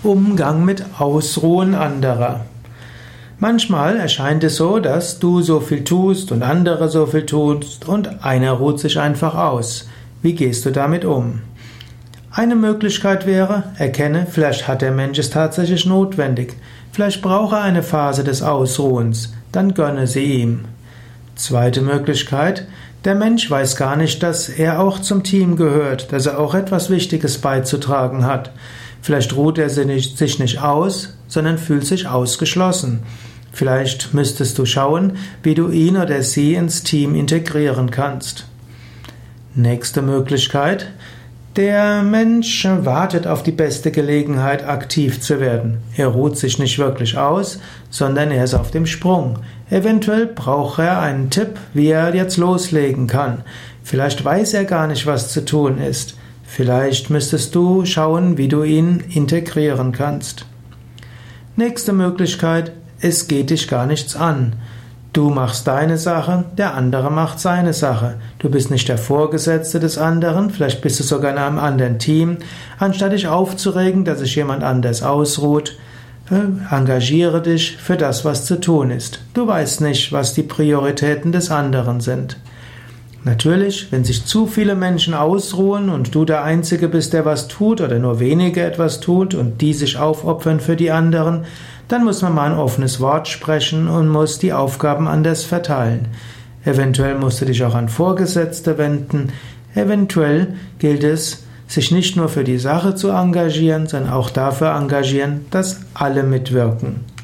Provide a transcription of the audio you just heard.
Umgang mit Ausruhen anderer. Manchmal erscheint es so, dass du so viel tust und andere so viel tust und einer ruht sich einfach aus. Wie gehst du damit um? Eine Möglichkeit wäre, erkenne, vielleicht hat der Mensch es tatsächlich notwendig. Vielleicht braucht er eine Phase des Ausruhens. Dann gönne sie ihm. Zweite Möglichkeit, der Mensch weiß gar nicht, dass er auch zum Team gehört, dass er auch etwas Wichtiges beizutragen hat. Vielleicht ruht er sich nicht aus, sondern fühlt sich ausgeschlossen. Vielleicht müsstest du schauen, wie du ihn oder sie ins Team integrieren kannst. Nächste Möglichkeit. Der Mensch wartet auf die beste Gelegenheit, aktiv zu werden. Er ruht sich nicht wirklich aus, sondern er ist auf dem Sprung. Eventuell braucht er einen Tipp, wie er jetzt loslegen kann. Vielleicht weiß er gar nicht, was zu tun ist. Vielleicht müsstest du schauen, wie du ihn integrieren kannst. Nächste Möglichkeit, es geht dich gar nichts an. Du machst deine Sache, der andere macht seine Sache. Du bist nicht der Vorgesetzte des anderen, vielleicht bist du sogar in einem anderen Team. Anstatt dich aufzuregen, dass sich jemand anders ausruht, engagiere dich für das, was zu tun ist. Du weißt nicht, was die Prioritäten des anderen sind. Natürlich, wenn sich zu viele Menschen ausruhen und du der Einzige bist, der was tut oder nur wenige etwas tut und die sich aufopfern für die anderen, dann muss man mal ein offenes Wort sprechen und muss die Aufgaben anders verteilen. Eventuell musst du dich auch an Vorgesetzte wenden. Eventuell gilt es, sich nicht nur für die Sache zu engagieren, sondern auch dafür engagieren, dass alle mitwirken.